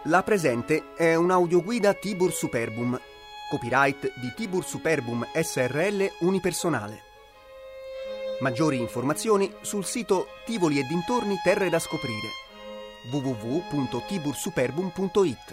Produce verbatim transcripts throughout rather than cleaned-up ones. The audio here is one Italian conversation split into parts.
La presente è un'audioguida Tibur Superbum, copyright di Tibur Superbum S R L unipersonale. Maggiori informazioni sul sito Tivoli e dintorni terre da scoprire w w w punto tibur superbum punto it.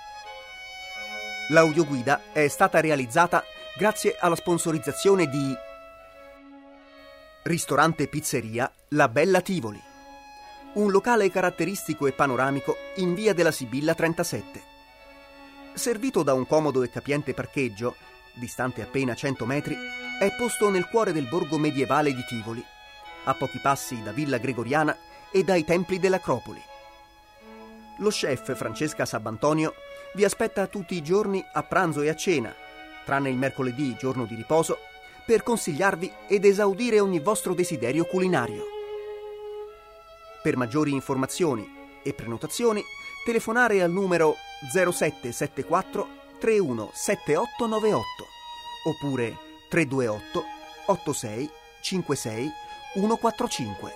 L'audioguida è stata realizzata grazie alla sponsorizzazione di Ristorante Pizzeria La Bella Tivoli, un locale caratteristico e panoramico in via della Sibilla trentasette. Servito da un comodo e capiente parcheggio, distante appena cento metri, è posto nel cuore del borgo medievale di Tivoli, a pochi passi da Villa Gregoriana e dai templi dell'Acropoli. Lo chef Francesca Sabantonio vi aspetta tutti i giorni a pranzo e a cena, tranne il mercoledì, giorno di riposo, per consigliarvi ed esaudire ogni vostro desiderio culinario. Per maggiori informazioni e prenotazioni, telefonare al numero zero sette sette quattro tre uno sette otto nove otto oppure tre due otto otto sei cinque sei uno quattro cinque.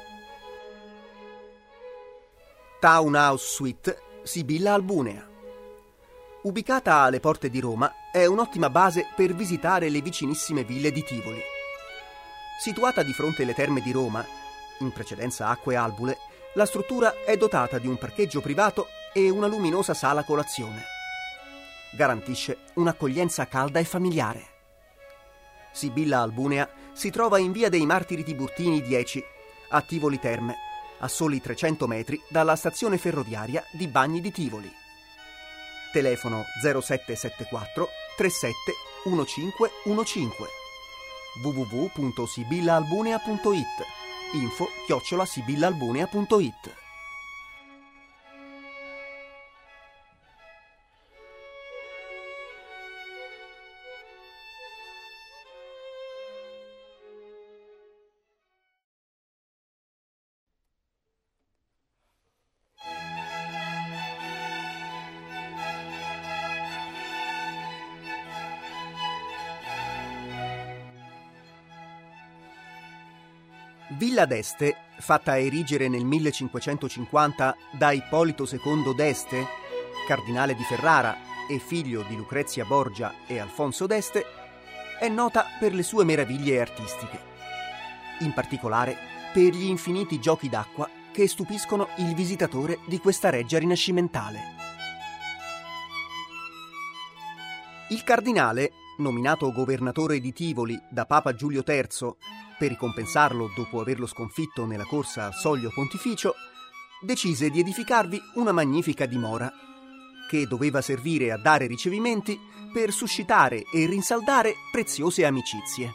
Townhouse Suite Sibilla Albunea. Ubicata alle porte di Roma, è un'ottima base per visitare le vicinissime ville di Tivoli. Situata di fronte alle terme di Roma, in precedenza Acque Albule, la struttura è dotata di un parcheggio privato e una luminosa sala colazione. Garantisce un'accoglienza calda e familiare. Sibilla Albunea si trova in via dei Martiri Tiburtini dieci, a Tivoli Terme, a soli trecento metri dalla stazione ferroviaria di Bagni di Tivoli. Telefono zero sette sette quattro tre sette uno cinque uno cinque. w w w punto sibilla albunea punto it. Info chiocciola sibilla albunea punto it. Villa d'Este, fatta erigere nel millecinquecentocinquanta da Ippolito secondo d'Este, cardinale di Ferrara e figlio di Lucrezia Borgia e Alfonso d'Este, è nota per le sue meraviglie artistiche, in particolare per gli infiniti giochi d'acqua che stupiscono il visitatore di questa reggia rinascimentale. Il cardinale, nominato governatore di Tivoli da Papa Giulio terzo, per ricompensarlo dopo averlo sconfitto nella corsa al soglio pontificio, decise di edificarvi una magnifica dimora, che doveva servire a dare ricevimenti per suscitare e rinsaldare preziose amicizie.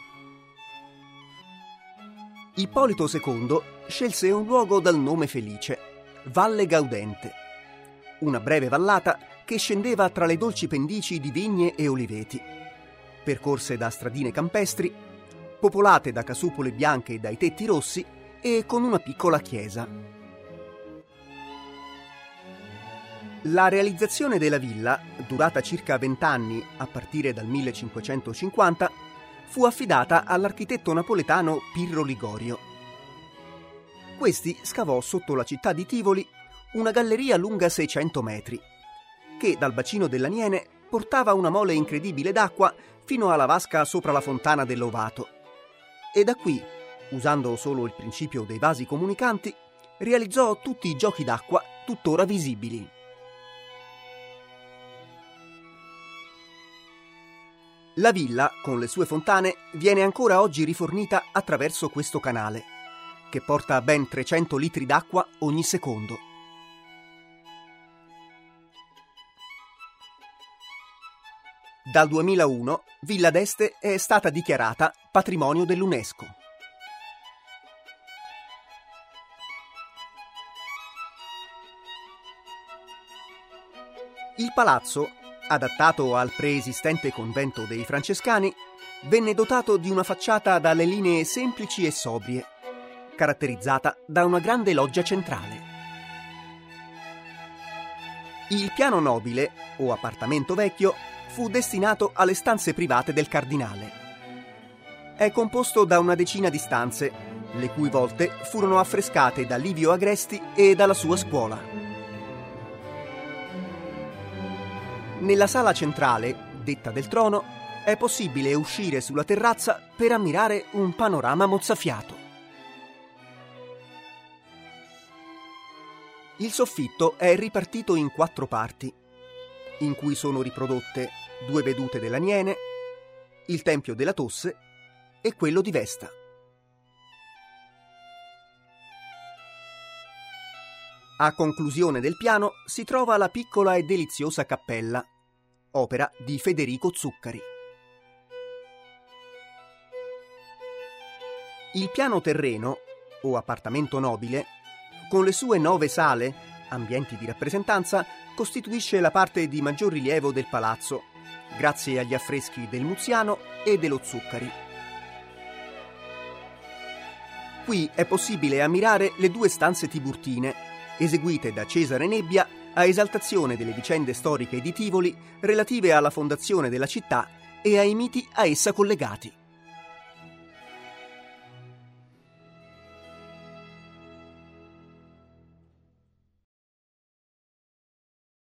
Ippolito secondo scelse un luogo dal nome felice, Valle Gaudente, una breve vallata che scendeva tra le dolci pendici di vigne e oliveti, percorse da stradine campestri, popolate da casupole bianche e dai tetti rossi e con una piccola chiesa. La realizzazione della villa, durata circa vent'anni a partire dal millecinquecentocinquanta, fu affidata all'architetto napoletano Pirro Ligorio. Questi scavò sotto la città di Tivoli una galleria lunga seicento metri, che dal bacino dell'Aniene portava una mole incredibile d'acqua fino alla vasca sopra la fontana dell'Ovato. E da qui, usando solo il principio dei vasi comunicanti, realizzò tutti i giochi d'acqua tuttora visibili. La villa, con le sue fontane, viene ancora oggi rifornita attraverso questo canale, che porta ben trecento litri d'acqua ogni secondo. Dal duemilauno, Villa d'Este è stata dichiarata patrimonio dell'UNESCO. Il palazzo, adattato al preesistente convento dei Francescani, venne dotato di una facciata dalle linee semplici e sobrie, caratterizzata da una grande loggia centrale. Il piano nobile, o appartamento vecchio, fu destinato alle stanze private del cardinale. È composto da una decina di stanze, le cui volte furono affrescate da Livio Agresti e dalla sua scuola. Nella sala centrale, detta del trono, è possibile uscire sulla terrazza per ammirare un panorama mozzafiato. Il soffitto è ripartito in quattro parti, in cui sono riprodotte due vedute dell'Aniene, il Tempio della Tosse e quello di Vesta. A conclusione del piano si trova la piccola e deliziosa cappella, opera di Federico Zuccari. Il piano terreno, o appartamento nobile, con le sue nove sale, ambienti di rappresentanza, costituisce la parte di maggior rilievo del palazzo, grazie agli affreschi del Muziano e dello Zuccari. Qui è possibile ammirare le due stanze tiburtine, eseguite da Cesare Nebbia a esaltazione delle vicende storiche di Tivoli relative alla fondazione della città e ai miti a essa collegati.